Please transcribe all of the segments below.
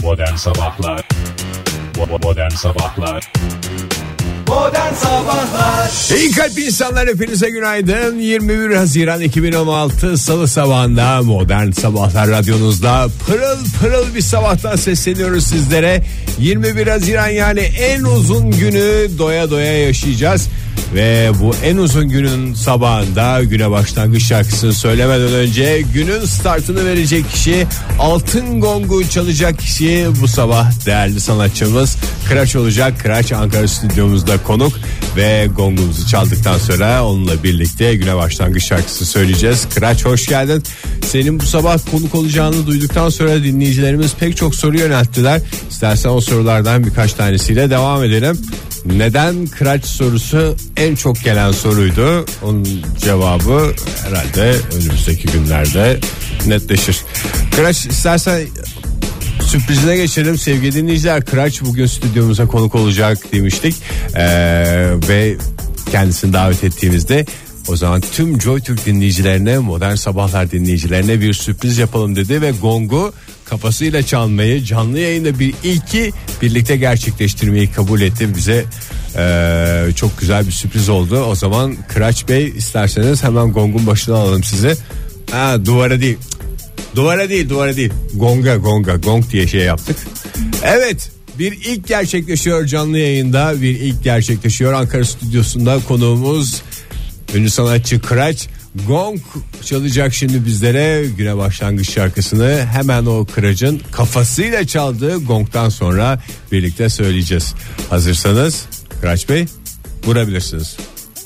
Modern Sabahlar. Modern Sabahlar. Modern Sabahlar. İyi kalp insanlar, hepinize günaydın. 21 Haziran 2016 Salı sabahında Modern Sabahlar radyonuzda pırıl pırıl bir sabahtan sesleniyoruz sizlere. 21 Haziran, yani en uzun günü doya doya yaşayacağız. Ve bu en uzun günün sabahında güne başlangıç şarkısını söylemeden önce günün startını verecek kişi, altın gongu çalacak kişi bu sabah değerli sanatçımız Kıraç olacak. Kıraç Ankara stüdyomuzda konuk ve gongumuzu çaldıktan sonra onunla birlikte güne başlangıç şarkısı söyleyeceğiz. Kıraç, hoş geldin. Senin bu sabah konuk olacağını duyduktan sonra dinleyicilerimiz pek çok soru yönelttiler. İstersen o sorulardan birkaç tanesiyle devam edelim. Neden Kıraç sorusu en çok gelen soruydu. Onun cevabı herhalde önümüzdeki günlerde netleşir. Kıraç, istersen sürprizine geçelim sevgili dinleyiciler. Kıraç bugün stüdyomuza konuk olacak demiştik. Ve kendisini davet ettiğimizde o zaman tüm JoyTürk dinleyicilerine, Modern Sabahlar dinleyicilerine bir sürpriz yapalım dedi ve gongu kafasıyla çalmayı, canlı yayında bir ilki birlikte gerçekleştirmeyi kabul etti. Bize çok güzel bir sürpriz oldu. O zaman Kıraç Bey, isterseniz hemen gongun başına alalım sizi. Duvara değil. Gong diye şey yaptık. Evet, bir ilk gerçekleşiyor canlı yayında. Bir ilk gerçekleşiyor. Ankara stüdyosunda konuğumuz ünlü sanatçı Kıraç gong çalacak şimdi bizlere güne başlangıç şarkısını. Hemen o Kıraç'ın kafasıyla çaldığı gongtan sonra birlikte söyleyeceğiz. Hazırsanız Kıraç Bey, vurabilirsiniz.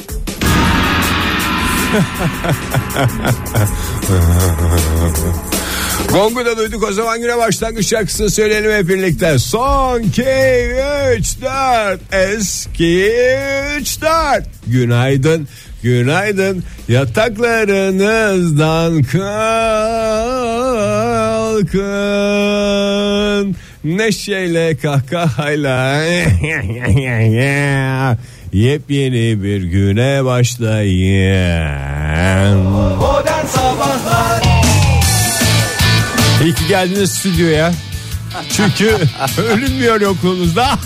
Gongu da duyduk, o zaman güne başlangıç şarkısını söyleyelim hep birlikte. Son 2 3 4 eski 3 4. Günaydın, günaydın, yataklarınızdan kalkın, neşeyle kahkahayla yepyeni bir güne başlayın. Modern Sabahlar. İyi ki geldiniz stüdyoya. Çünkü ölünmüyor yokluğunuzda.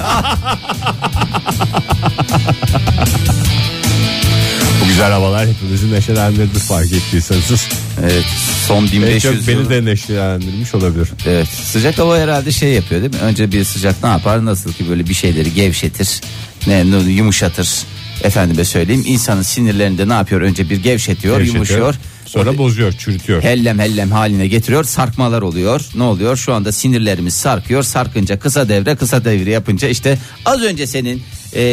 Bu güzel havalar hepimizi neşelendirdi, fark ettiyseniz. Evet, son 1500 beni de neşelendirmiş olabilir. Evet, sıcak hava herhalde şey yapıyor değil mi? Önce bir sıcak ne yapar? Nasıl ki böyle bir şeyleri gevşetir, yumuşatır. Efendime söyleyeyim, insanın sinirlerinde ne yapıyor? Önce bir gevşetiyor, yumuşuyor. Sonra bozuyor, çürütüyor. Hellem haline getiriyor, sarkmalar oluyor. Ne oluyor? Şu anda sinirlerimiz sarkıyor. Sarkınca kısa devre yapınca işte az önce senin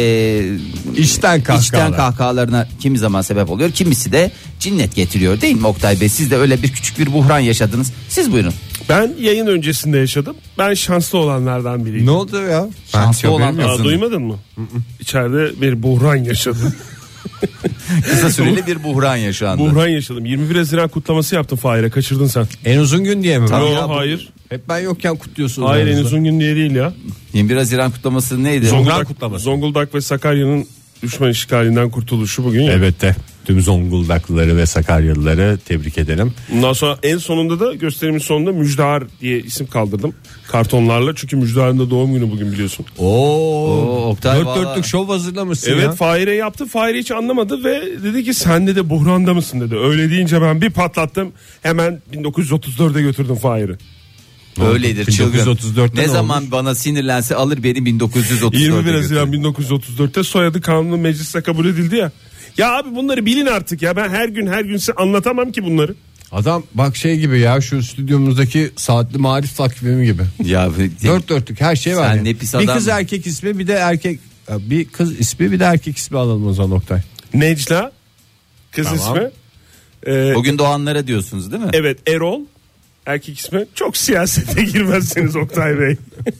içten kahkahalarına kimi zaman sebep oluyor. Kimisi de cinnet getiriyor değil mi Oktay Bey? Siz de öyle küçük bir buhran yaşadınız. Siz buyurun. Ben yayın öncesinde yaşadım. Ben şanslı olanlardan biriyim. Ne oldu ya? Şanslı olan duymadın mı? İçeride bir buhran yaşadım. Kısa süreli bir buhran yaşandı. Buhran yaşadım. 21 Haziran kutlaması yaptım Fahir'e. Kaçırdın sen. En uzun gün diye mi? Yok, hayır. Hep ben yokken kutluyorsunuz. Hayır, en uzun gün diye değil ya. 21 Haziran kutlaması neydi? Zonguldak ve Sakarya'nın düşman işgalinden kurtuluşu bugün ya. Evet de tüm Zonguldaklıları ve Sakaryalıları tebrik edelim. Bundan sonra en sonunda da gösterimin sonunda Müjdar diye isim kaldırdım. Kartonlarla, çünkü Müjdar'ın da doğum günü bugün biliyorsun. Oktay, dört dörtlük şov hazırlamışsın evet, ya. Fahir'e yaptı. Fahir hiç anlamadı ve dedi ki sen de buhranda mısın dedi. Öyle deyince ben bir patlattım. Hemen 1934'e götürdüm Fahir'i. Öyledir çılgın. 1934'te ne zaman olmuş? Bana sinirlense alır beni 1934'e 21 Haziran 1934'te soyadı kanunu mecliste kabul edildi ya. Ya abi bunları bilin artık ya. Ben her gün size anlatamam ki bunları. Adam bak şey gibi ya, şu stüdyomuzdaki saatli marif takvimi gibi. Ya dört dörtlük her şey var. Sen yani. ne pis bir adam. kız erkek ismi, bir de bir kız ismi, bir de erkek ismi alalım o zaman Oktay. Necla kız Tamam. ismi. Bugün doğanlara diyorsunuz değil mi? Evet, Erol erkek ismi. Çok siyasete girmezseniz Oktay Bey.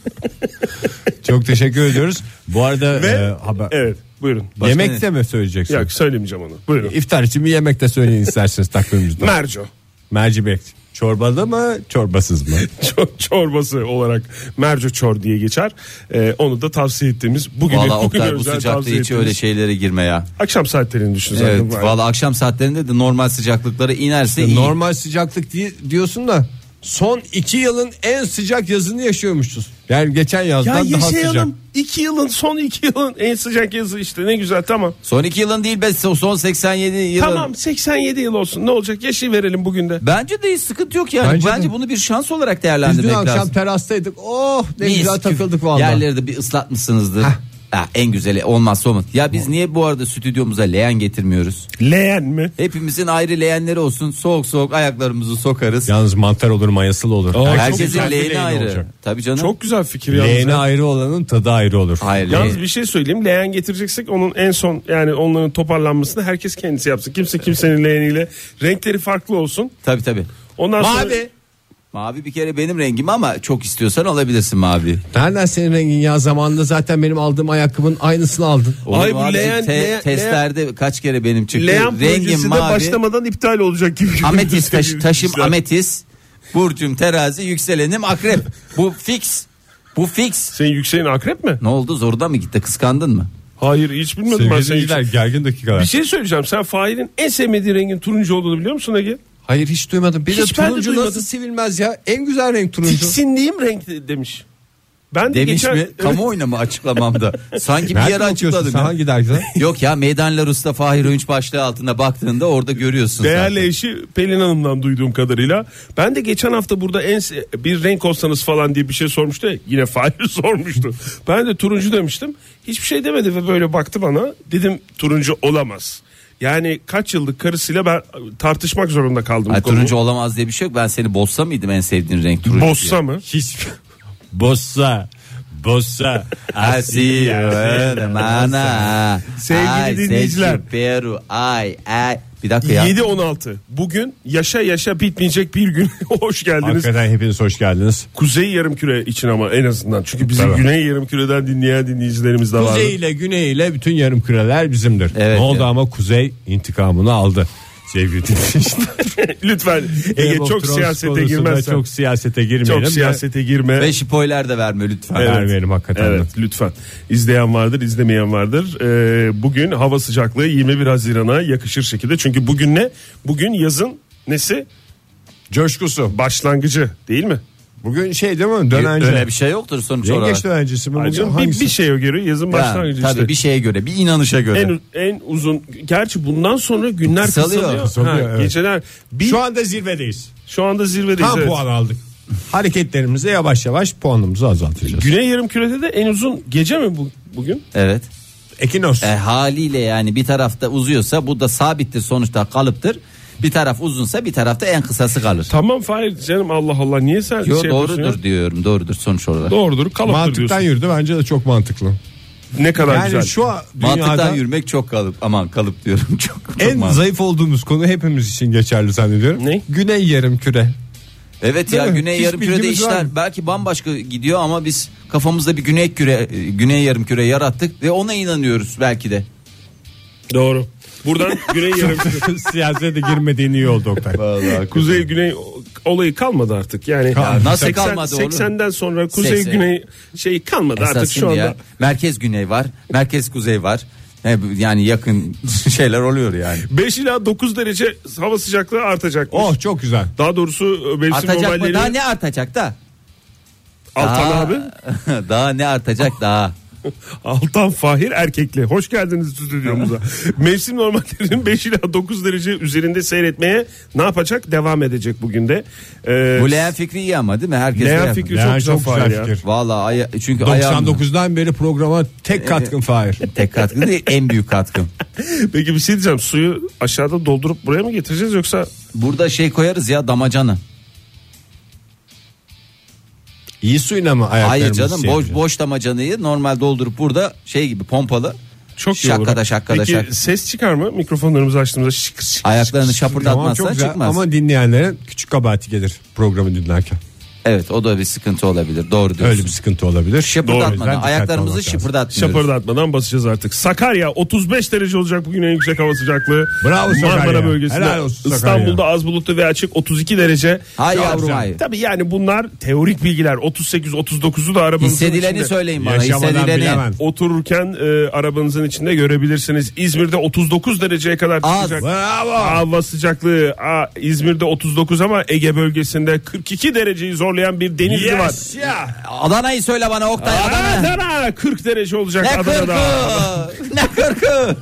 Çok teşekkür ediyoruz. Bu arada haber. Evet, buyurun. Yemekte mi söyleyeceksin? Yok, söylemeyeceğim onu. Buyurun. İftar için bir yemekte söyleyin isterseniz takvimimizde. Merco. Mercimek. Çorbalı mı, çorbasız mı? Çorbası olarak merco çor diye geçer. Onu da tavsiye ettiğimiz bugün. Valla Oktay, bu sıcakta hiç öyle şeylere girme ya. Akşam saatlerini düşün zaten. Evet, valla akşam saatlerinde de normal sıcaklıklara inerse iyi. Normal sıcaklık diyorsun da son 2 yılın en sıcak yazını yaşıyormuşuz. Yani geçen yazdan Ya daha sıcak. yaşayalım. 2 yılın son 2 yılın en sıcak yazı işte, ne güzel, tamam. Son 2 yılın değil be, son 87 yılın. Tamam 87 yıl olsun, ne olacak, yaşayıverelim bugün de. Bence de hiç sıkıntı yok yani. Bence de. bunu bir şans olarak Biz dün değerlendirmek akşam lazım. terastaydık. Oh ne Mis güzel gibi. takıldık vallahi. Yerleri de bir ıslatmışsınızdır. Ha, en güzeli olmazsa olmaz. Ya biz niye bu arada stüdyomuza leğen getirmiyoruz? Leğen mi? Hepimizin ayrı leğenleri olsun. Soğuk soğuk ayaklarımızı sokarız. Yalnız mantar olur, mayasıl olur. Aa, Herkesin güzel bir leğeni ayrı. olacak. Tabii canım. Çok güzel fikir yalnız. Leğeni ya. ayrı olanın tadı ayrı olur. Hayır. Yalnız leğen- bir şey söyleyeyim, leğen getireceksek onun en son, yani onların toparlanmasını herkes kendisi yapsın. Kimse kimsenin leğeniyle, renkleri farklı olsun. Tabii. Ondan sonra Mavi bir kere benim rengim ama çok istiyorsan alabilirsin mavi. Nereden senin rengin ya? Zamanında zaten benim aldığım ayakkabının aynısını aldın. Olur Ay, mu bu abicim? leğen- Testlerde kaç kere benim çıktı. leğen projesi Rengim de mavi. başlamadan iptal olacak gibi. Ametist taşım Güzel. ametist. Burcum terazi, yükselenim akrep. Bu fix. Bu fix. Senin yükseğin akrep mi? Ne oldu, zoruna mı gitti, kıskandın mı? Hayır, hiç bilmiyordum ben Sevgili senin dinleyiciler, yüksek. gergin dakikalar. Bir şey söyleyeceğim, sen Fahir'in en sevmediği rengin turuncu olduğunu biliyor musun Ege? Hayır hiç duymadım. Bir de Hiç ben de turuncu duymadım. nasıl sevilmez ya? En güzel renk turuncu. Tiksindiğim renk demiş. Ben de Demiş geçen, mi? Kamuoyuna mı açıklamamda? Sanki bir Nereden yere okuyorsun açıkladım. sen, ya. hangi dergide? Yok ya, Meydan Larus'ta Fahir Öğünç başlığı altında baktığında orada görüyorsun. değerli zaten. eşi Pelin Hanım'dan duyduğum kadarıyla. Ben de geçen hafta burada bir renk olsanız falan diye bir şey sormuştu ya, yine Fahir sormuştu. Ben de turuncu demiştim. Hiçbir şey demedi ve böyle baktı bana. Dedim turuncu olamaz. Yani kaç yıllık karısıyla ben tartışmak zorunda kaldım. Ay, bu konuyu. turuncu olamaz diye bir şey yok. Ben seni bossa mıydım en sevdiğin renk turuncu? Bossa mı? Hiç. Bossa. Sevgili dinleyiciler. Peru, ay. Bir dakika ya. 7-16. Bugün yaşa bitmeyecek bir gün. Hoş geldiniz. Hakikaten hepiniz hoş geldiniz. Kuzey yarımküre için ama en azından. Çünkü bizi Tabii. güney yarımküreden dinleyen dinleyicilerimiz de var. Kuzey ile güney ile bütün yarım küreler bizimdir. Evet, ne oldu evet. ama kuzey intikamını aldı. Sevgili dinleyiciler. Lütfen Ege, Game of çok Thrones siyasete konusunda girmezsen. Çok siyasete girmeyelim. Çok siyasete girme. Ve spoiler de verme lütfen. Evet. Vermeyelim hakikaten. Evet lütfen. İzleyen vardır, izlemeyen vardır. Bugün hava sıcaklığı 21 Haziran'a yakışır şekilde. Çünkü bugün ne? Bugün yazın nesi? Coşkusu. Başlangıcı değil mi? Bugün şey değil mi? Dönence. Öyle bir şey yoktur sonuç olarak. Yengeç dönencesi mi? Bugün Ayrıca hangisi? bir şeye göre yazın Ya, başlangıcı tabii işte. bir şeye göre, bir inanışa göre. En uzun. Gerçi bundan sonra günler Kısalıyor. kısalıyor. Evet. Geceler. Şu anda zirvedeyiz. Şu anda zirvedeyiz. Tam evet. puan aldık. Hareketlerimize yavaş yavaş puanımızı azaltacağız. Güney yarımkürede de en uzun gece mi bugün? Evet. Ekinos. Haliyle yani bir tarafta uzuyorsa bu da sabittir, sonuçta kalıptır. Bir taraf uzunsa bir tarafta en kısası kalır. Tamam Fahir canım, Allah Allah, niye sen Yo, şey yapıyorsun doğrudur ya? diyorum, doğrudur sonuç olarak. Doğrudur, kalıptır Mantıktan diyorsun. yürüdü, bence de çok mantıklı. Ne kadar Yani güzel. şu an Mantıktan dünyada yürümek çok kalıp, aman kalıp diyorum çok en mantıklı. zayıf olduğumuz konu hepimiz için geçerli zannediyorum. Ne? Güney yarımküre. Evet Değil ya, mi? güney Hiç yarımkürede bilgimiz var işler mı? belki bambaşka gidiyor ama biz kafamızda bir güney yarımküre yarattık ve ona inanıyoruz belki de. Doğru. Buradan güney yarımküre. Siyasete girmediğin iyi oldu Oktay. Kuzey güney olayı kalmadı artık. Yani Nasıl kalmadı oğlum? 80'den sonra kuzey 80. güney şey kalmadı Esas artık şu şimdi anda. ya, merkez güney var, merkez kuzey var. Yani yakın şeyler oluyor yani. 5 ila 9 derece hava sıcaklığı artacakmış. Oh çok güzel. Daha doğrusu mevsim Artacak mı? Daha normalleri ne artacak da? Altan Daha- abi. Daha ne artacak daha? Altan Fahir Erkekli. Hoş geldiniz stüdyomuza. Mevsim normallerinin 5 ila 9 derece üzerinde seyretmeye ne yapacak? Devam edecek bugün de. Bu leğen fikri iyi ama değil mi? Herkes Leğen leğen fikri Yani çok güzel Fahir ya. fikir. Vallahi çünkü ayağım 99'dan beri programa tek katkın Fahir. tek katkı değil, en büyük katkım. Peki bir şey diyeceğim. Suyu aşağıda doldurup buraya mı getireceğiz yoksa Burada şey koyarız ya, damacanı. İyi suyla mı Hayır ayaklarımızı canım, sıyıracağız? boş damacanayı normal doldurup burada şey gibi pompalı. çok iyi olur? Şakkada Peki şak. ses çıkar mı? Mikrofonlarımızı açtığımızda şık şık. Ayaklarını Tamam, şapırdatmazsan çok güzel. çıkmaz. Ama dinleyenlerin küçük kabahati gelir programı dinlerken. Evet, o da bir sıkıntı olabilir. Doğru diyorsun. Öyle bir sıkıntı olabilir. Şıpırdatmadan, ayaklarımızı şıpırdatmıyoruz. Şapırdatmadan basacağız artık. Sakarya 35 derece olacak bugün en yüksek hava sıcaklığı. Bravo Sakarya. Marmara bölgesinde. Helal olsun Sakarya. İstanbul'da az bulutlu ve açık 32 derece. Hay Çok yavrum güzel. hay. Tabii yani bunlar teorik bilgiler. 38-39'u da arabanızın Hissedileni içinde. söyleyin bana. Yaşamadan Hissedileni. bilemem. Otururken arabanızın içinde görebilirsiniz. İzmir'de 39 dereceye kadar Az. çıkacak. Bravo. Hava sıcaklığı İzmir'de 39 ama Ege bölgesinde 42 dereceyi zorlayan bir deniz var. Yes ya. Adana'yı söyle bana Oktay. Adana. Adana 40 derece olacak Ne Adana'da. 40'ı? Ne 40'ı?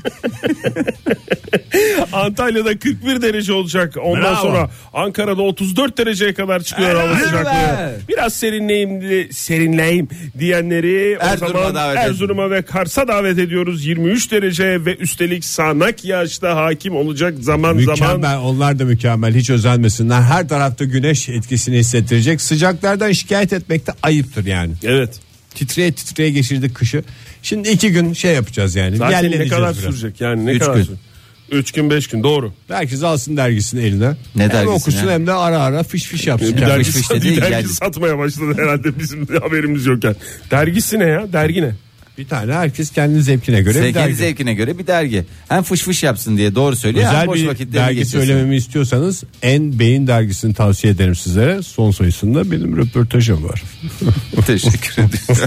Antalya'da 41 derece olacak. Ondan Bravo. sonra Ankara'da 34 dereceye kadar çıkıyor hava Helal sıcaklığı. be. Biraz serinleyim diyenleri Erzurum'a o zaman davet Erzurum'a ve Kars'a davet ediyoruz. 23 derece ve üstelik sağanak yağışta hakim olacak zaman. Mükemmel, onlar da mükemmel, hiç özenmesinler. Her tarafta güneş etkisini hissettirecek. Sıcaklardan şikayet etmek de ayıptır yani. Evet. Titreye titreye geçirdik kışı. Şimdi 2 gün şey yapacağız yani. Zaten ne Yerleneceğiz kadar biraz. sürecek yani, ne 3 kadar gün. sürecek? 3 gün 5 gün doğru. Herkes alsın dergisini eline. Ne hem dergisi okusun ya? hem de ara ara fiş fiş yapsın. Bir Ya dergi, fış fış dedi, bir dergi yani. satmaya başladı herhalde bizim de haberimiz yokken. Dergisi ne ya? Dergi ne? Bir tane herkes kendi zevkine göre bir Kendi dergi. zevkine göre bir dergi. Hem fış fış yapsın diye doğru söylüyor. hem Özel boş bir vakitlerini dergi geçirsin. söylememi istiyorsanız En Beyin dergisini tavsiye ederim sizlere. Son sayısında benim röportajım var. Teşekkür ederim.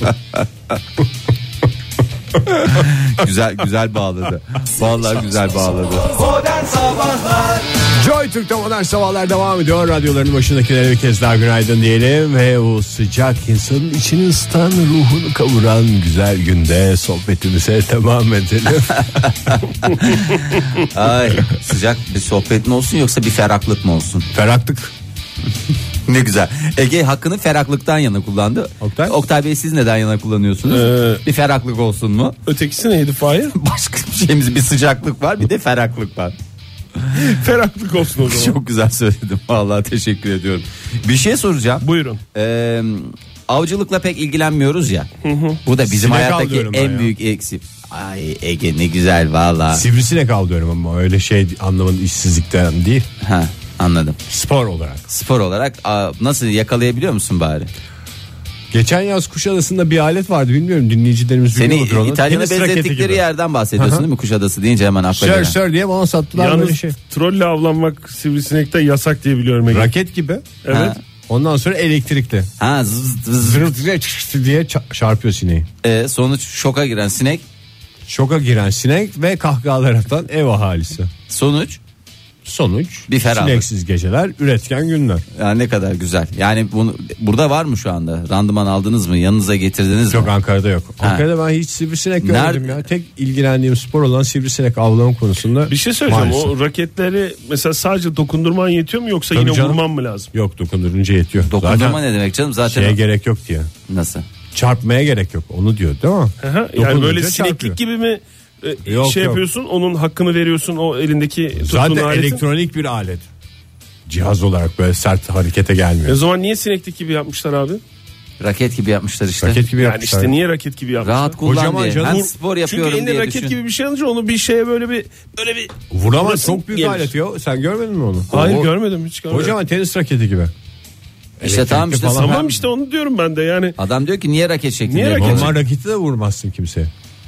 güzel bağladı. Vallahi güzel bağladı. Modern Sabahlar Joy Türk'te modern sabahlar devam ediyor. Radyoların başındakilere bir kez daha günaydın diyelim. Ve o sıcak insanın içini ısıtan, ruhunu kavuran güzel günde sohbetimize devam edelim. Ay, sıcak bir sohbet mi olsun yoksa bir ferahlık mı olsun? Ferahlık. Ne güzel. Ege hakkını ferahlıktan yana kullandı. Oktay? Bey siz neden yana kullanıyorsunuz? Bir ferahlık olsun mu? Ötekisi neydi Fahir? Başka bir şeyimiz, bir sıcaklık var, bir de ferahlık var. Ferahlık olsun o zaman. Çok güzel söyledim. Vallahi teşekkür ediyorum. Bir şey soracağım. Buyurun. Avcılıkla pek ilgilenmiyoruz ya. Bu da bizim Sinek hayattaki avlıyorum ben en ya. büyük eksik. Ay Ege ne güzel valla. Sivrisinek avlıyorum ama öyle şey anlamında işsizlikten değil. Ha, anladım. Spor olarak. Spor olarak nasıl yakalayabiliyor musun bari? Geçen yaz Kuşadası'nda bir alet vardı, bilmiyorum dinleyicilerimiz biliyor Seni mudur onu? İtalyan'a Tenis raketi benzettikleri gibi. yerden bahsediyorsun Aha. değil mi? Kuşadası deyince hemen akla Sör gelen. sör diye bana sattılar böyle Yalnız şey. trolle avlanmak sivrisinekte yasak diye biliyorum. Ege. Raket gibi. Evet. Ha. Ondan sonra elektrikli. Ha, zız. Zırıltıya diye çarpıyor sineği. Sonuç şoka giren sinek. Şoka giren sinek ve kahkahalar atan ev ahalisi. Sonuç Sonuç Bir ferahlık. sineksiz geceler, üretken günler. ya ne kadar güzel. Yani bunu burada var mı şu anda? Randıman aldınız mı? Yanınıza getirdiniz Yok, mi? Ankara'da yok. Ha. Ankara'da ben hiç sivrisinek görmedim Nerede? ya. Tek ilgilendiğim spor olan sivrisinek avlama konusunda. Bir şey söyleyeceğim. maalesef. O raketleri mesela sadece dokundurman yetiyor mu yoksa Tabii yine canım. vurman mı lazım? Yok, dokundurunca yetiyor. Dokundurma Zaten ne demek canım? Zaten şeye gerek yok diye. nasıl? Çarpmaya gerek yok. Onu diyor değil mi? Aha, yani Dokundurunca böyle çarpıyor. sineklik gibi mi Yok, şey yok. yapıyorsun, onun hakkını veriyorsun o elindeki tuttuğun Zaten aletin. elektronik bir alet. Cihaz olarak böyle sert harekete gelmiyor. O zaman niye sineklik gibi yapmışlar abi? Raket gibi yapmışlar işte. Raket gibi Yani yapmışlar. işte niye raket gibi yapmışlar? Rahat kullan Kocaman diye. canım. Ben Vur- spor Çünkü yapıyorum elinde diye raket düşün. gibi bir şey alınca onu bir şeye böyle bir Vuramaz, vurasın çok büyük gelir. alet ya. Sen görmedin mi onu? Hayır O- görmedim, hiç görmedim. Kocaman tenis raketi gibi. İşte tamam işte Elektrikli falan. Tamam işte onu diyorum ben de yani. Adam diyor ki niye raket şeklinde Niye raket yapıyorsun? Normal raketi de vurmazsın kimseye.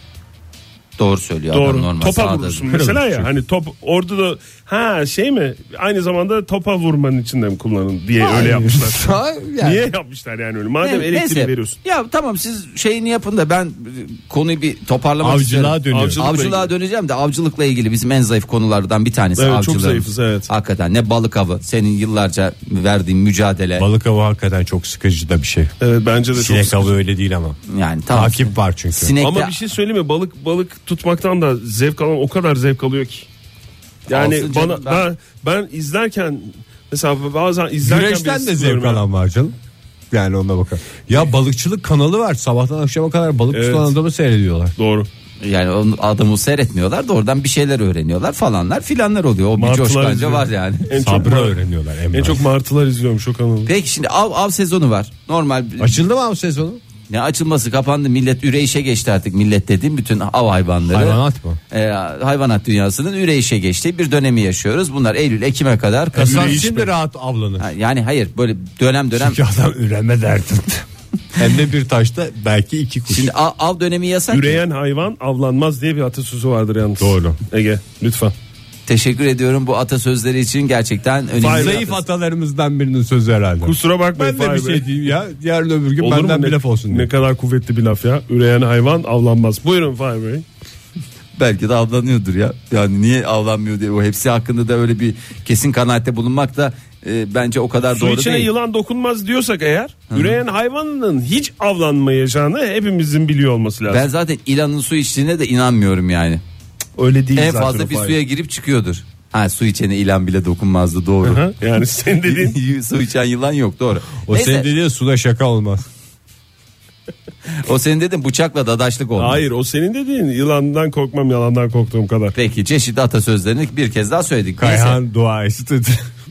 Doğru söylüyor adam Doğru. normal. Topa sağda. vurursun mesela ya, hani top orada da şey mi, aynı zamanda topa vurmanın içinde mi kullanın diye öyle yapmışlar. Yani. Niye yapmışlar yani öyle? Madem Ne- elektriği neyse. veriyorsun. Ya tamam siz şeyini yapın da ben konuyu bir toparlamak Avcılığa istiyorum. dönüyor. Avcılıkla Avcılığa döneceğim de avcılıkla ilgili bizim en zayıf konulardan bir tanesi Evet, çok avcılığımız. zayıfız, evet. Hakikaten ne balık avı, senin yıllarca verdiğin mücadele. Balık avı hakikaten çok sıkıcı da bir şey. Evet, bence de çok Sinek sıkıcı. avı öyle değil ama. Yani tamam. Takip var çünkü. Sinekte Ama bir şey söyleyeyim mi? Balık tutmaktan da zevk alan o kadar zevk alıyor ki. Yani Alsın canım, ben izlerken mesela bazen izlerken Güreşten bile de sıkılıyorum zevk ya. alan var canım. Yani ona bakar. Ya balıkçılık kanalı var. Sabahtan akşama kadar balık Evet. tutan adamı seyrediyorlar. Doğru. yani o adamı seyretmiyorlar da oradan bir şeyler öğreniyorlar falanlar filanlar oluyor. O bir Martılar coşku bence izliyor. var yani. En çok Sabrı mar- öğreniyorlar. En çok martılar izliyormuş o kanalı. Peki şimdi av sezonu var. Normal Açıldı mı av sezonu? Ne açılması, kapandı, millet üreyişe geçti artık. Millet dediğim bütün av hayvanları. Hayvanat mı? Hayvanat dünyasının üreyişe geçtiği bir dönemi yaşıyoruz. Bunlar Eylül Ekim'e kadar. Kasap Üreyiş şimdi mi? rahat avlanır. Yani hayır, böyle dönem Çünkü adam üreme derdinde. Hem de bir taşta belki 2 kuş. Şimdi av dönemi yasak. Üreyen hayvan avlanmaz diye bir atasözü vardır yalnız. Doğru. Ege lütfen. Teşekkür ediyorum bu atasözleri için, gerçekten önemli. Zayıf atalarımızdan birinin sözü herhalde. Kusura bakmayın Ben de bir Fahir Bey. şey diyeyim ya. Yarın öbür gün Olur mu? benden bir laf olsun Ne diye. kadar kuvvetli bir laf ya. Üreyen hayvan avlanmaz. Buyurun Fahir Bey. Belki de avlanıyordur ya. Yani niye avlanmıyor diye, o hepsi hakkında da öyle bir kesin kanaatte bulunmak da bence o kadar Su doğru içine değil. yılan dokunmaz diyorsak eğer, üreyen hayvanın hiç avlanmayacağını hepimizin biliyor olması lazım. Ben zaten ilanın su içtiğine de inanmıyorum yani. Öyle değil En zaten fazla o bir Fahir. suya girip çıkıyordur. Ha, su içene ilan bile dokunmazdı, doğru. Hı, yani sen dediğin Su içen yılan yok, doğru. O Neyse, senin dediğin suda şaka olmaz. o senin dedin bıçakla dadaşlık oldu. hayır, o senin dediğin yılandan korkmam, yalandan korktuğum kadar. Peki, çeşitli atasözlerini bir kez daha söyledik. Neyse, Kayhan dua istedi.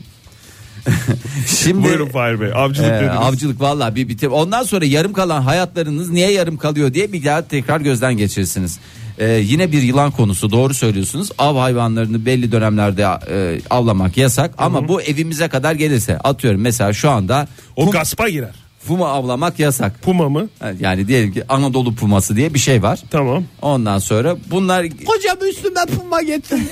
şimdi Buyurun Fahir Bey, avcılık dediniz. avcılık vallahi bir bitir. Ondan sonra yarım kalan hayatlarınız niye yarım kalıyor diye bir daha tekrar gözden geçirirsiniz. Yine bir yılan konusu, doğru söylüyorsunuz. Av hayvanlarını belli dönemlerde avlamak yasak, ama bu evimize kadar gelirse, atıyorum mesela şu anda O gaspa girer. puma avlamak yasak. Puma mı? Yani diyelim ki Anadolu puması diye bir şey var. Tamam. Ondan sonra bunlar Kocam üstüme puma getirdi.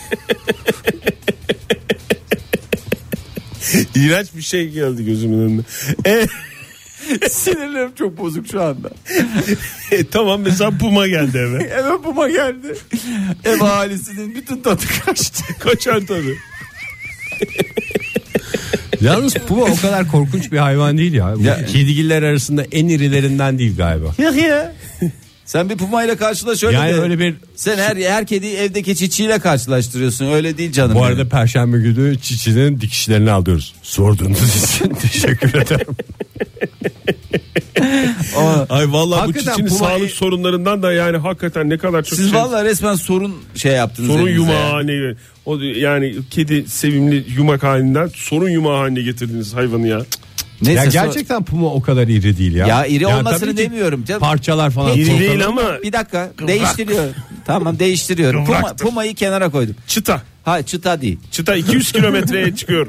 İğrenç bir şey geldi gözümün önüne. sinirlerim çok bozuk şu anda. Tamam, mesela puma geldi eve. Eve puma geldi. Ev ahalisinin bütün tadı kaçtı. Kaçar tabii. Yalnız puma o kadar korkunç bir hayvan değil ya. Bu Ya- kedigiller arasında en irilerinden değil galiba. Yok ya. Sen bir puma ile karşılaş öyle Yani de. öyle bir... Sen her kediyi evdeki çiçeğiyle karşılaştırıyorsun. Öyle değil canım. Bu benim. arada Perşembe günü çiçinin dikişlerini alıyoruz. Sorduğunuz için teşekkür ederim. Ay vallahi Hakikaten bu çiçinin puma- sağlık sorunlarından da yani hakikaten ne kadar çok Siz şey. vallahi resmen sorun şey yaptınız. Sorun elinize yumağı ya. haline, o yani kedi sevimli yumak halinden sorun yumağı haline getirdiniz hayvanı ya. Neyse, Ya gerçekten puma o kadar iri değil ya. Ya iri olmasını tabii ki demiyorum canım. Parçalar falan. İri çok- değil ama Bir dakika, değiştiriyor. Tamam, değiştiriyorum. Kıvraktır. Pumayı kenara koydum. çıta. Ha, çıta değil. Çıta 200 kilometreye çıkıyor.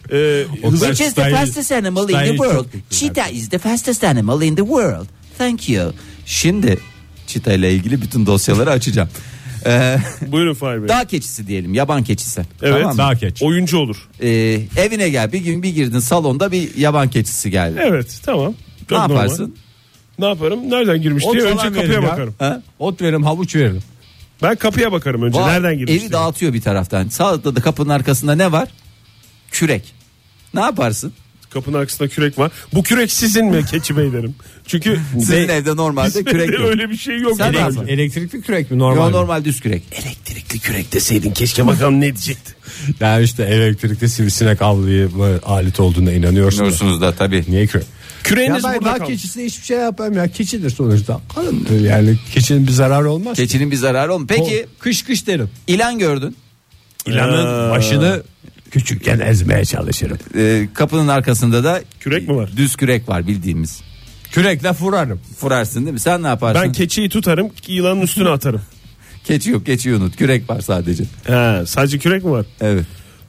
Which is the Style- fastest animal in the style world? çok güzel. Cheetah is the fastest animal in the world. Thank you. Şimdi cheetah ile ilgili bütün dosyaları açacağım. Buyurun Fahir Bey. Dağ keçisi diyelim, yaban keçisi. Evet. Tamam mı? Dağ keçi. Oyuncu olur. Evine gel, bir gün bir girdin, salonda bir yaban keçisi geldi. Evet, tamam. Ne Çok normal. yaparsın? Ne yaparım? Nereden girmiş Ot diye falan önce kapıya veririm ya. bakarım. Ha? Ot veririm, havuç veririm. Ben kapıya bakarım önce. Vay, Nereden girmiş evi diye. dağıtıyor bir taraftan. Sağda da kapının arkasında ne var? Kürek. Ne yaparsın? Kapının arkasında kürek var. Bu kürek sizin mi keçi bey derim. Çünkü Sizin evde normalde kürek yok. öyle bir şey yok. Sen yani. ne yaparsın? Elektrikli kürek mi normal? Yo, mi? normal düz kürek. Elektrikli kürek deseydin keşke, bakalım ne diyecekti. Yani işte elektrikli sivrisinek avlayma alet olduğuna inanıyorsunuz. Biliyorsunuz da tabii. Niye kürek? Ya Küreğiniz ben burada dağ kaldı. keçisine hiçbir şey yapmam ya. Keçidir sonuçta. Yani keçinin bir zararı olmaz. Keçinin bir zararı olmuyor. Peki Kış derim. ilan gördün. İlanın başını küçükken ezmeye çalışırım. Kapının arkasında da Kürek mi var? düz kürek var bildiğimiz. Kürekle vurarım. Furarsın değil mi? Sen ne yaparsın? Ben keçiyi tutarım, yılanın üstüne atarım. Keçi yok, keçiyi unut. Kürek var sadece. He, sadece kürek mi var? Evet.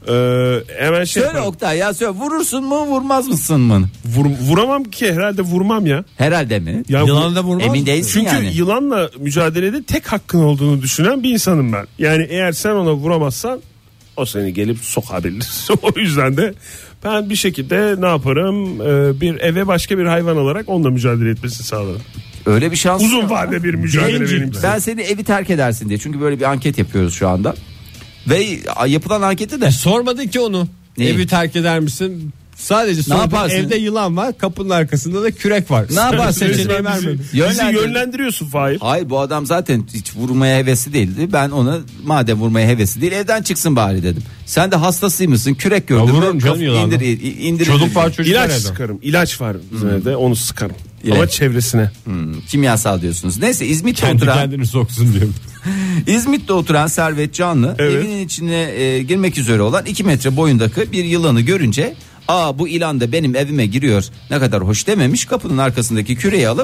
Hemen şey Söyle yaparım. Oktay ya, söyle, vurursun mu vurmaz mısın mı? Vuramam ki, herhalde vurmam ya. Herhalde mi? Ya Yılanı da vurmaz Emin mı? değilsin Çünkü yani. yılanla mücadelede tek hakkın olduğunu düşünen bir insanım ben. Yani eğer sen ona vuramazsan o seni gelip sokabilir. O yüzden de ben bir şekilde ne yaparım? Bir eve başka bir hayvan olarak onunla mücadele etmesini sağlarım. Öyle bir şans Uzun yok. vade bir mücadele Bencil benim. ben. Ben seni evi terk edersin diye. Çünkü böyle bir anket yapıyoruz şu anda. Ve yapılan ankette de Sormadın ki onu. Neyi? Evi terk eder misin? Sadece sordun, yaparsın? evde yılan var, kapının arkasında da kürek var. Ne yaparsın? Seçeneği Resmen vermedin. bizi Yönlendir- yönlendiriyorsun Fahir. hayır, bu adam zaten hiç vurmaya hevesli değildi. Ben ona madem vurmaya hevesli değil, evden çıksın bari dedim. Sen de hastasıymışsın, kürek gördün. Ya vururum mü? canım yılanı. İndir. Çocuk var, çocuk var İlaç evde. sıkarım. İlaç var bizim evde, onu sıkarım. İlaç. Ama çevresine. Kimyasal diyorsunuz. Neyse, İzmit'te Kendi oturan kendini soksun diyorum. İzmit'te oturan Servet Canlı Evet. evinin içine girmek üzere olan 2 metre boyundaki bir yılanı görünce, bu ilan da benim evime giriyor, ne kadar hoş dememiş, kapının arkasındaki küreği alıp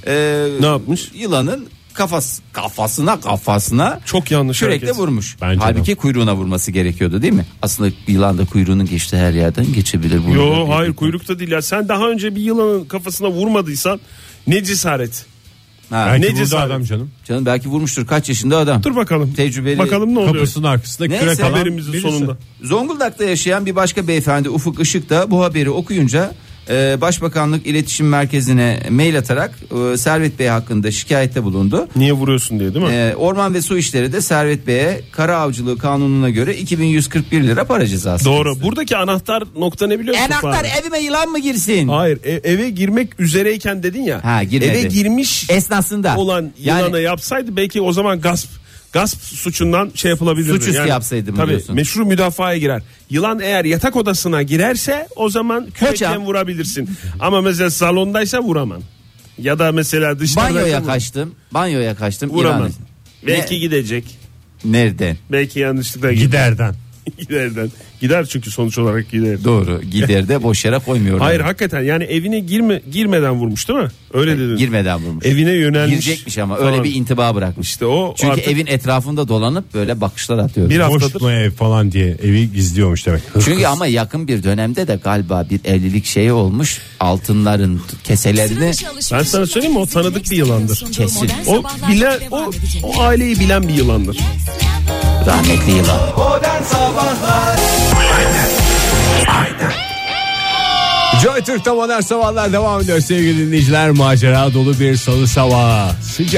Ne yapmış? Yılanın kafasına Çok yanlış kürekle hareket. vurmuş. Bence Halbuki kuyruğuna vurması gerekiyordu değil mi? Aslında yılan da kuyruğunun geçtiği her yerden geçebilir. Yo hayır, kuyrukta değil ya. Sen daha önce bir yılanın kafasına vurmadıysan ne cesaret. Ha. Belki Ne vurdu cesaret. adam canım. Canım belki vurmuştur, kaç yaşında adam. Dur bakalım. Tecrübeli. Bakalım ne oluyor. Kapısının arkasında Neyse, kürek alan Haberimizin birisi. sonunda. Zonguldak'ta yaşayan bir başka beyefendi Ufuk Işık da bu haberi okuyunca Başbakanlık İletişim Merkezi'ne mail atarak Servet Bey hakkında şikayette bulundu. Niye vuruyorsun diye değil mi? Orman ve Su İşleri de Servet Bey'e kara avcılığı kanununa göre 2141 lira para cezası. Doğru. Buradaki anahtar nokta ne biliyor musun? Anahtar Fahri? evime yılan mı girsin? Hayır, eve girmek üzereyken dedin ya. Ha, girmedi. Eve girmiş Esnasında. olan yılana yapsaydı belki o zaman gasp suçundan şey yapılabilirdi. Suçüstü yapsaydım tabii, diyorsun. meşru müdafaya girer. Yılan eğer yatak odasına girerse o zaman kürekten Hocam. vurabilirsin. Ama mesela salondaysa vuramam. Ya da mesela dışarıda Banyoya kaçtım. vuramam. İran- Belki Ne- gidecek. Nereden? Belki yanlışlıkla gider. Giderden. Giderden. Gider çünkü sonuç olarak gider. Doğru. Gider de boş yere koymuyorum. Hayır hakikaten yani evine girmeden vurmuş değil mi? Öyle dedin. Girmeden vurmuş. Evine yönelmiş. Girecekmiş ama falan. öyle bir intiba bırakmış. İşte o Çünkü artık evin etrafında dolanıp böyle bakışlar atıyor. bir Boş haftadır. mu ev falan diye evi gizliyormuş demek. Çünkü ama yakın bir dönemde de galiba bir evlilik şeyi olmuş. Altınların keselerini Ben sana söyleyeyim mi? O tanıdık bir yılandır. Kesin. O bilen o aileyi bilen bir yılandır. rahmetli yılan. Modern Sabahlar Joy Türk'te modern sabahlar devam ediyor sevgili dinleyiciler. Macera dolu bir salı sabahı.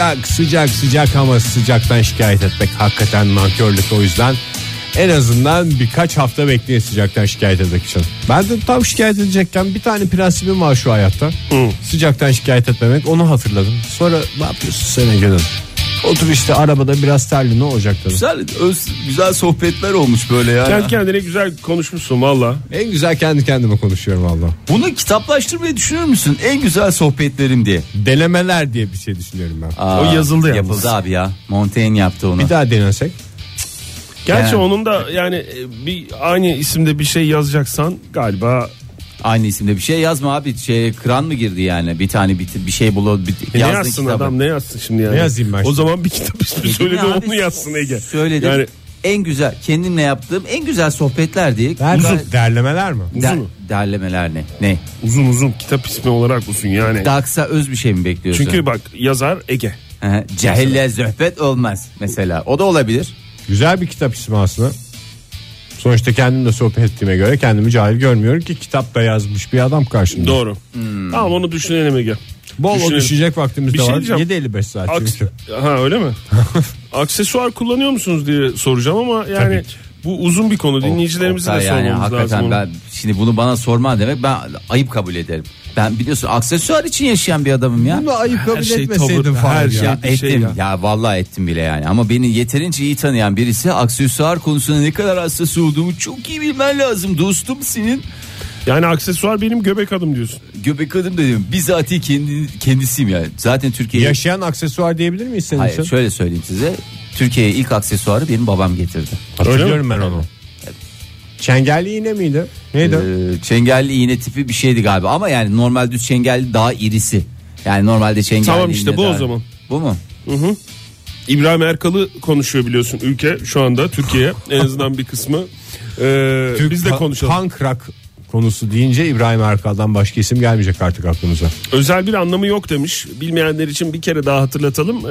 Sıcak ama sıcaktan şikayet etmek hakikaten nankörlük, o yüzden en azından birkaç hafta bekleyin sıcaktan şikayet etmek için. Ben de tam şikayet edecekken bir tane prensibim var şu hayatta. Sıcaktan şikayet etmemek, onu hatırladım. Sonra ne yapıyorsun sen Ege'den? Otur işte arabada biraz terli, ne olacak dedim. Güzel sohbetler olmuş böyle ya. Kendi kendine güzel konuşmuşsun valla. En güzel kendi kendime konuşuyorum valla. Bunu kitaplaştırmayı düşünür müsün? En güzel sohbetlerim diye. Denemeler diye bir şey düşünüyorum ben. O yazıldı yalnız. Yapıldı abi ya. Montaigne yaptı onu. Bir daha denesek. Gerçi Yani. onun da yani bir aynı isimde bir şey yazacaksan galiba Aynı isimde bir şey yazma abi. Kıran mı girdi yani? Bir tane bir şey bulup ne yazdın yazsın kitabı. adam, ne yazsın şimdi yani? Ne yazayım ben O şimdi? zaman bir kitap ismi söyledi, Ne abi? onu yazsın Ege. Söyledim. Yani En güzel kendimle yaptığım en güzel sohbetler diye. Uzun derlemeler mi? uzun. Derlemeler ne? Ne? Uzun kitap ismi olarak uzun yani. Daha kısa öz bir şey mi bekliyorsun? Çünkü bak yazar Ege. Cahille zöhbet olmaz mesela. O da olabilir. Güzel bir kitap ismi aslında. Sonuçta kendimle sohbet ettiğime göre kendimi cahil görmüyorum ki, kitap da yazmış bir adam karşımda. Doğru. Tamam, onu düşünelim Ege. Bol Düşünelim. düşecek vaktimiz Bir de şey var. diyeceğim. 7.55 saat çünkü. Ha öyle mi? Aksesuar kullanıyor musunuz diye soracağım ama yani Tabii ki. bu uzun bir konu. Dinleyicilerimize de Oktay, sormamız yani lazım. hakikaten onu. ben şimdi bunu bana sorma demek, ben ayıp kabul ederim. Ben biliyorsun aksesuar için yaşayan bir adamım ya. Bunu ayıp kabul şey etmeseydin tavır, Fahir her ya. şey. Ya bir şey ettim ya. ya vallahi ettim bile yani, ama beni yeterince iyi tanıyan birisi aksesuar konusunda ne kadar hassas olduğumu çok iyi bilmen lazım dostum senin. Yani aksesuar benim göbek adım diyorsun. Göbek adım dedim, bizatihi kendisiyim yani. Zaten Türkiye'ye Yaşayan aksesuar diyebilir miyiz senin için? hayır şöyle söyleyeyim size, Türkiye'ye ilk aksesuarı benim babam getirdi. Hatırlıyorum ben onu. Çengelli iğne miydi? Neydi? Çengelli iğne tipi bir şeydi galiba, ama yani normal düz çengelli daha irisi. Yani normalde çengelli Tamam işte iğne bu o daha- zaman. Bu mu? İbrahim Erkal'ı konuşuyor biliyorsun ülke şu anda, Türkiye en azından bir kısmı. Biz de konuşalım. Punk rock konusu deyince İbrahim Erkal'dan başka isim gelmeyecek artık aklımıza. Özel bir anlamı yok demiş. Bilmeyenler için bir kere daha hatırlatalım.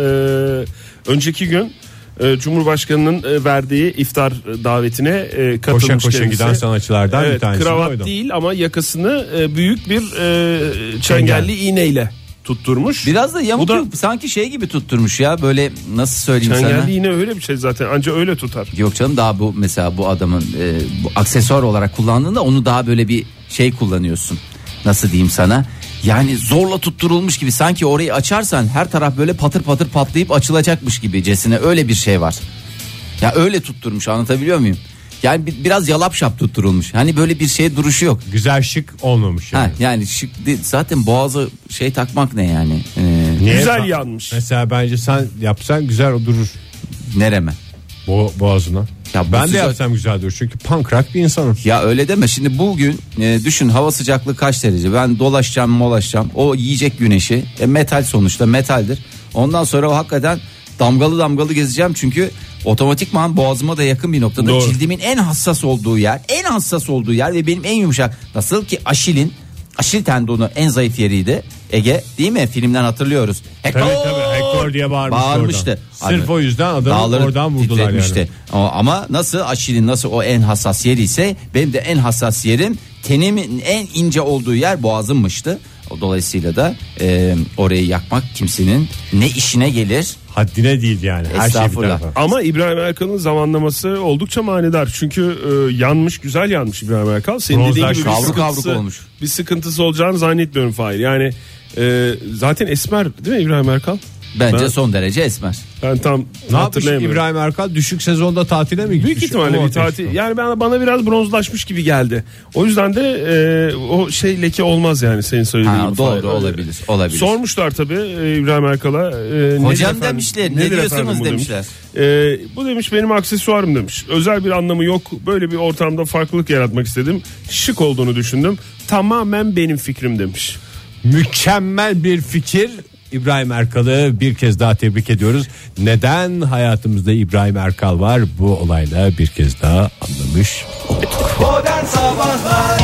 Önceki gün Cumhurbaşkanı'nın verdiği iftar davetine katılmış Koşa koşa kendisi. giden sanatçılardan bir tanesi kravat oydu. değil ama yakasını büyük bir çengelli iğneyle tutturmuş. Biraz da yamuk Bu da- yok, sanki şey gibi tutturmuş ya, böyle nasıl söyleyeyim sana. Çengelli iğne öyle bir şey zaten, anca öyle tutar. Yok canım, daha bu mesela bu adamın bu aksesuar olarak kullandığında onu daha böyle bir şey kullanıyorsun. Nasıl diyeyim sana? Yani zorla tutturulmuş gibi, sanki orayı açarsan her taraf böyle patır patır patlayıp açılacakmış gibicesine, öyle bir şey var. Ya öyle tutturmuş, anlatabiliyor muyum? Yani biraz yalap şap tutturulmuş. Hani böyle bir şey duruşu yok. Güzel şık olmamış yani. Ha, yani şık değil. Zaten boğaza şey takmak ne yani? Niye? Güzel yanmış. Mesela bence sen yapsan güzel durur Nereme? boğazına. Ya bu Ben de sıcak- yapsam güzel olur çünkü punk rock bir insanım. Ya öyle deme. Şimdi bugün düşün, hava sıcaklığı kaç derece? Ben dolaşacağım. O yiyecek güneşi. Metal sonuçta, metaldir. Ondan sonra o hakikaten damgalı gezeceğim çünkü otomatikman boğazıma da yakın bir noktada. Doğru. Cildimin en hassas olduğu yer ve benim en yumuşak. Nasıl ki Aşil tendonu en zayıf yeriydi. Ege, değil mi? Filmden hatırlıyoruz. Tabii Hector diye bağırmıştı. Oradan. Sırf o yüzden adamı Dağları oradan vurdular titretmişti. yani. Ama nasıl Aşil'in nasıl o en hassas yeri ise benim de en hassas yerim tenimin en ince olduğu yer boğazımmıştı. Dolayısıyla da orayı yakmak kimsenin ne işine gelir. Haddine değil yani. Her şey bir Estağfurullah. tarafa. Ama İbrahim Erkal'ın zamanlaması oldukça manidar. Çünkü güzel yanmış İbrahim Erkal. Senin dediğin Bronzlar gibi kavruk kavruk olmuş. bir sıkıntısı olacağını zannetmiyorum Fahir. Yani zaten esmer değil mi İbrahim Erkal? Bence Ben- son derece esmer. Ben tam Ne yapmış hatırlayamıyorum. İbrahim Erkal? Düşük sezonda tatile mi gitmiş? Büyük ihtimalle Ama bir tatil. Yani bana biraz bronzlaşmış gibi geldi. O yüzden de o şey leke olmaz yani senin söylediğin Ha, gibi. doğru, Fahir. olabilir. Sormuşlar tabii İbrahim Erkal'a. Hocam nedir demişler, efendim, ne nedir diyorsunuz efendim bu demişler. Bu demiş benim aksesuarım demiş. Özel bir anlamı yok. Böyle bir ortamda farklılık yaratmak istedim. Şık olduğunu düşündüm. Tamamen benim fikrim demiş. Mükemmel bir fikir. İbrahim Erkal'ı bir kez daha tebrik ediyoruz. Neden hayatımızda İbrahim Erkal var? Bu olayla bir kez daha anlamış olduk. Modern Sabahlar.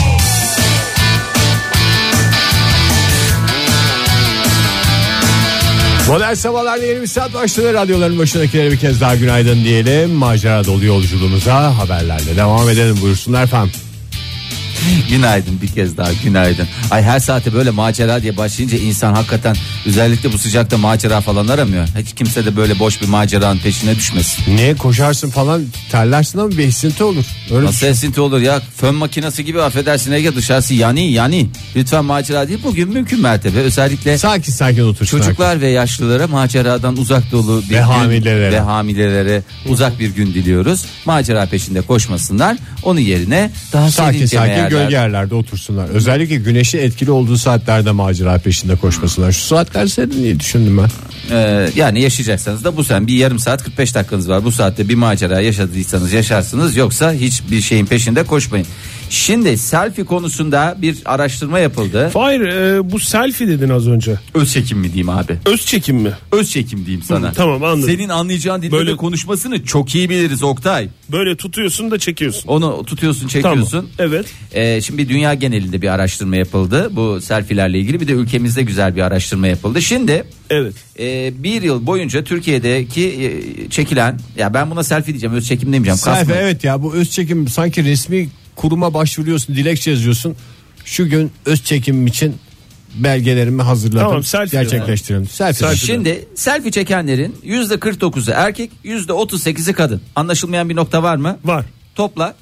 Modern Sabahlar'da yeni bir saat başladı. Radyoların başındakilere bir kez daha günaydın diyelim. Macera dolu yolculuğumuza haberlerle devam edelim. Buyursunlar efendim. Günaydın, bir kez daha günaydın. Ay, her saate böyle macera diye başlayınca insan hakikaten özellikle bu sıcakta macera falan aramıyor. Hiç kimse de böyle boş bir maceranın peşine düşmesin. Niye koşarsın falan terlersin ama bir esinti olur. Öyle Nasıl esinti olur ya, fön makinesi gibi, affedersin Ege, dışarısı yani. Lütfen macera değil, bugün mümkün mertebe özellikle sakin otursun. çocuklar ve yaşlılara maceradan uzak dolu bir Ve gün hamilelere uzak bir gün diliyoruz. Macera peşinde koşmasınlar. Onun yerine daha Sakin yerler. gölge yerlerde otursunlar. Özellikle güneşin etkili olduğu saatlerde macera peşinde koşmasınlar. Şu saatler senin diye düşündüm ben. Yani yaşayacaksanız da bu sen bir yarım saat 45 dakikanız var. Bu saatte bir macera yaşadıysanız yaşarsınız, yoksa hiçbir şeyin peşinde koşmayın. Şimdi selfie konusunda bir araştırma yapıldı. Fahir bu selfie dedin az önce. Öz çekim mi diyeyim abi? Öz çekim mi? Öz çekim diyeyim sana. Tamam, anladım. Senin anlayacağın dilde Böyle- de konuşmasını çok iyi biliriz Oktay. Böyle tutuyorsun da çekiyorsun. Onu tutuyorsun, çekiyorsun. Tamam. Evet. Şimdi dünya genelinde bir araştırma yapıldı. Bu selfie'lerle ilgili bir de ülkemizde güzel bir araştırma yapıldı. Şimdi Evet. bir yıl boyunca Türkiye'deki çekilen, ya ben buna selfie diyeceğim, öz çekim demeyeceğim. Selfie, kasmayın. evet ya, bu öz çekim sanki resmi kuruma başvuruyorsun, dilekçe yazıyorsun. Şu gün öz çekimim için belgelerimi hazırladım. Tamam, selfie gerçekleştirelim. Selfie. Şimdi selfie çekenlerin %49'u erkek, %38'i kadın. Anlaşılmayan bir nokta var mı? Var. Topla.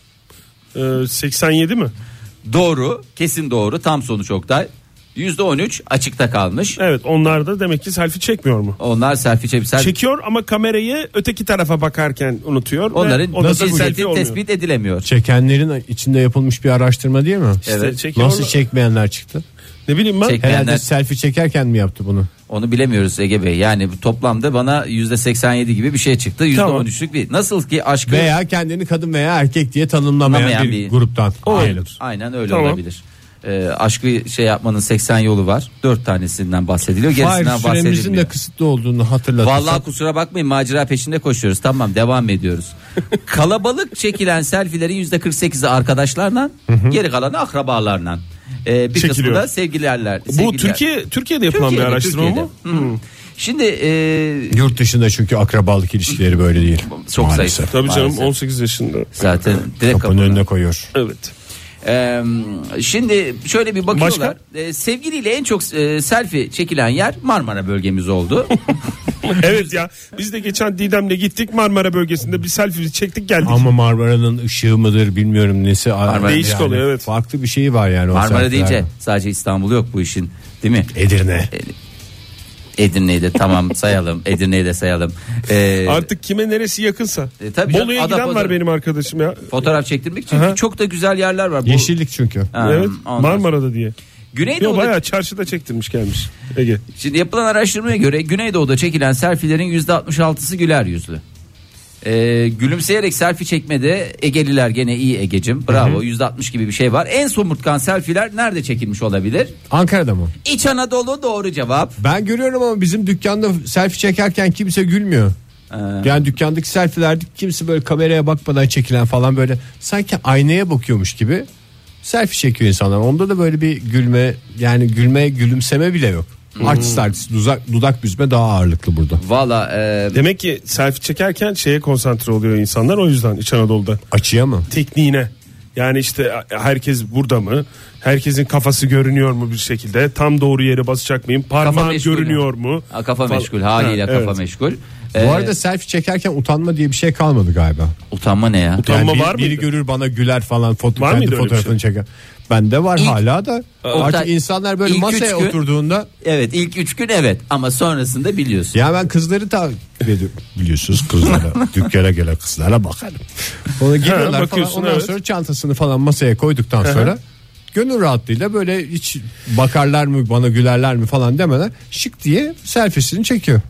87 mi? Doğru, kesin doğru. Tam sonuç Oktay. %13 açıkta kalmış. Evet, onlar da demek ki selfie çekmiyor mu? Onlar selfie Çekiyor ama kamerayı öteki tarafa bakarken unutuyor. onların o da cinsiyeti selfie olmuyor. tespit edilemiyor. Çekenlerin içinde yapılmış bir araştırma değil mi? İşte Evet. çekiyorlar. Nasıl çekmeyenler çıktı? Ne bileyim ben. Çekmeyenler- Herhalde selfie çekerken mi yaptı bunu? Onu bilemiyoruz Ege Bey. Yani toplamda bana %87 gibi bir şey çıktı. %13'lük bir. Nasıl ki aşkı Veya kendini kadın veya erkek diye tanımlamayan Tanımlayan bir bir- gruptan. Aynen, aynen öyle Tamam. olabilir. Aşkı şey yapmanın 80 yolu var. 4 tanesinden bahsediliyor. Hayır, Gerisinden süremizin bahsedilmiyor. de kısıtlı olduğunu hatırlatırsak. Vallahi kusura bakmayın, macera peşinde koşuyoruz. Tamam, devam ediyoruz. Kalabalık çekilen selfilerin %48'i arkadaşlarla, geri kalanı akrabalarla. Bir kısmı Çekiliyor. da sevgililerle. Bu Türkiye'de yapılan bir araştırma mı? Şimdi Yurt dışında çünkü akrabalık ilişkileri böyle değil. çok Maalesef. zayıf. Tabii canım, Maalesef. 18 yaşında. Zaten direkt Kapının önüne koyuyor. Evet. Şimdi şöyle bir bakıyorlar. Sevgiliyle en çok selfie çekilen yer Marmara bölgemiz oldu. Evet ya, biz de geçen Didem'le gittik, Marmara bölgesinde bir selfie çektik geldik. Ama Marmara'nın ışığı mıdır bilmiyorum nesi. Marmara değişik oluyor, evet. Farklı bir şeyi var yani. o Marmara selfie'lerde. deyince sadece İstanbul yok bu işin, değil mi? Edirne. Edirne'yi de tamam sayalım. Edirne'yi de sayalım. Artık kime neresi yakınsa. Tabii canım, Bolu'ya giden var benim arkadaşım ya. Fotoğraf çektirmek için Aha. çok da güzel yerler var. Yeşillik çünkü. Evet, ondan Marmara'da diye. Güneydoğu'da, Bayağı çarşıda çektirmiş gelmiş Ege. şimdi yapılan araştırmaya göre Güneydoğu'da çekilen selfilerin %66'sı güler yüzlü. Gülümseyerek selfie çekmede Egeliler gene iyi Egecim. Bravo, %60 gibi bir şey var. En somurtkan selfie'ler nerede çekilmiş olabilir? Ankara'da mı? İç Anadolu, doğru cevap. Ben görüyorum ama bizim dükkanda selfie çekerken kimse gülmüyor. Yani dükkandaki selfielerde kimse böyle kameraya bakmadan çekilen falan böyle sanki aynaya bakıyormuş gibi selfie çekiyor insanlar. Onda da böyle bir gülme, yani gülümseme bile yok. Artist dudak büzme daha ağırlıklı burada. Valla Demek ki selfie çekerken şeye konsantre oluyor insanlar, o yüzden İç Anadolu'da. Açıya mı? Tekniğine. Yani işte herkes burada mı? Herkesin kafası görünüyor mu bir şekilde? Tam doğru yere basacak mıyım? Parmağım görünüyor mu? Kafa meşgul haliyle, kafa meşgul. Bu arada selfie çekerken utanma diye bir şey kalmadı galiba. Utanma ne ya? Utanma Yani var mıydı? biri görür bana güler falan, Var kendi mıydı öyle fotoğrafını bir şey? çeker. Bende var hala da. Artık insanlar böyle ilk masaya 3 gün, oturduğunda. Evet, ilk 3 gün evet, ama sonrasında biliyorsun. Ya ben kızları takip ediyorum. Biliyorsunuz kızlara. Dükkana gelen kızlara bakarım. Ona geliyorlar falan. bakıyorsun, Ondan evet. sonra çantasını falan masaya koyduktan sonra gönül rahatlığıyla böyle hiç bakarlar mı bana, gülerler mi falan demeden şık diye selfiesini çekiyor.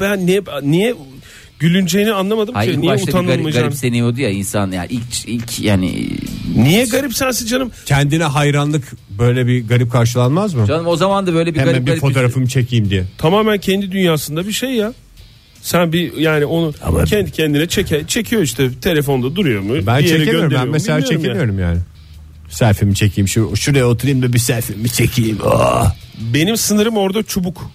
Niye gülüneceğini anlamadım Hayır, ki. ilk Niye başta bir utanılmayacağını? garipseniyordu ya insan, yani ilk yani. Niye garipsensin canım? Kendine hayranlık böyle bir garip karşılanmaz mı? Canım o zaman da böyle bir Hemen garip bir fotoğrafımı çekeyim diye. Tamamen kendi dünyasında bir şey ya. Sen bir yani onu kendi kendine çekiyor işte, telefonda duruyor mu? Ben bir yere çekemiyorum. gönderiyor Ben mu? mesela Bilmiyorum çekemiyorum yani. Selfie'mi çekeyim, şuraya oturayım da bir selfie'mi çekeyim. ya. Benim sınırım orada çubuk.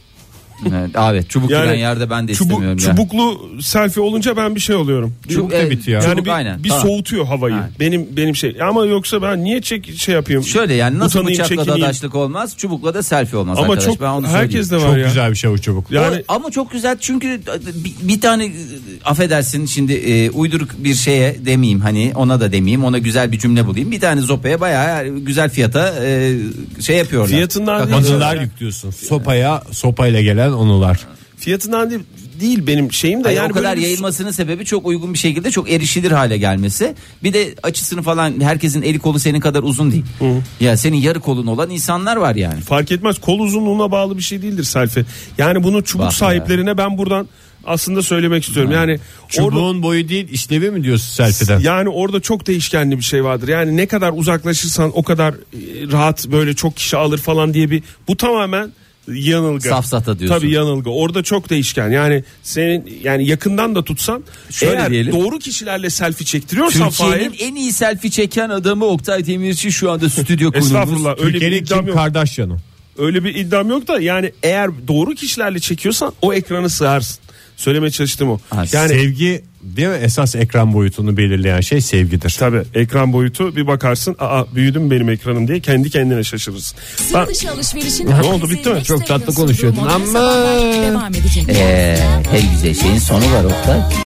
Evet, çubuk Yani giren yerde ben de istemiyorum ya. Çubuklu selfie olunca ben bir şey oluyorum. Çubuk da bitiyor. Yani Çubuk, aynen. bir Tamam. soğutuyor havayı. Evet. Benim şey. Ama yoksa ben niye şey yapayım? Şöyle yani, nasıl Utanayım, bıçakla çekineyim. dadaşlık olmaz, çubukla da selfie olmaz Ama arkadaş. çok Ben onu herkes söyleyeyim. de var Çok ya. güzel bir şey o çubuk. Yani Ama çok güzel, çünkü bir tane affedersin şimdi, uyduruk bir şeye demeyeyim, hani ona da demeyeyim, ona güzel bir cümle bulayım. Bir tane zopaya bayağı güzel fiyata şey yapıyorlar. Fiyatından değil. Anılar yüklüyorsun. Sopayla gelen anılar. fiyatından değil benim şeyim de. Hayır, Yani o kadar böyle yayılmasının sebebi çok uygun bir şekilde çok erişilir hale gelmesi. Bir de açısını falan, herkesin eli kolu senin kadar uzun değil. Ya senin yarı kolun olan insanlar var yani. fark etmez, kol uzunluğuna bağlı bir şey değildir selfie. Yani bunu çubuk Bak sahiplerine ben buradan aslında söylemek istiyorum. Yani Çubuğun boyu değil, işlevi mi diyorsun selfie'den? Yani orada çok değişkenli bir şey vardır. Yani ne kadar uzaklaşırsan o kadar rahat böyle çok kişi alır falan diye bu tamamen yanılgı. Safsata diyorsun. Tabii yanılgı. Orada çok değişken. Yani senin yani yakından da tutsan, Şöyle eğer diyelim, doğru kişilerle selfie çektiriyorsan Türkiye'nin en iyi selfie çeken adamı Oktay Demirci şu anda stüdyo konuğumuz. Estağfurullah, öyle bir Türkiye'nin iddiam Kim yok. Kardashian'ı. Öyle bir iddiam yok da, yani eğer doğru kişilerle çekiyorsan o ekranı sığarsın. Söylemeye çalıştım o. Yani sevgi değil mi? Esas ekran boyutunu belirleyen şey sevgidir. Tabii ekran boyutu, bir bakarsın, büyüdü mü benim ekranım diye kendi kendine şaşırırsın. Sıra dışı alışverişin Ne oldu, bitti mi? Çok tatlı konuşuyordun ama ama- devam edecek. Her güzel şeyin sonu var Oktay.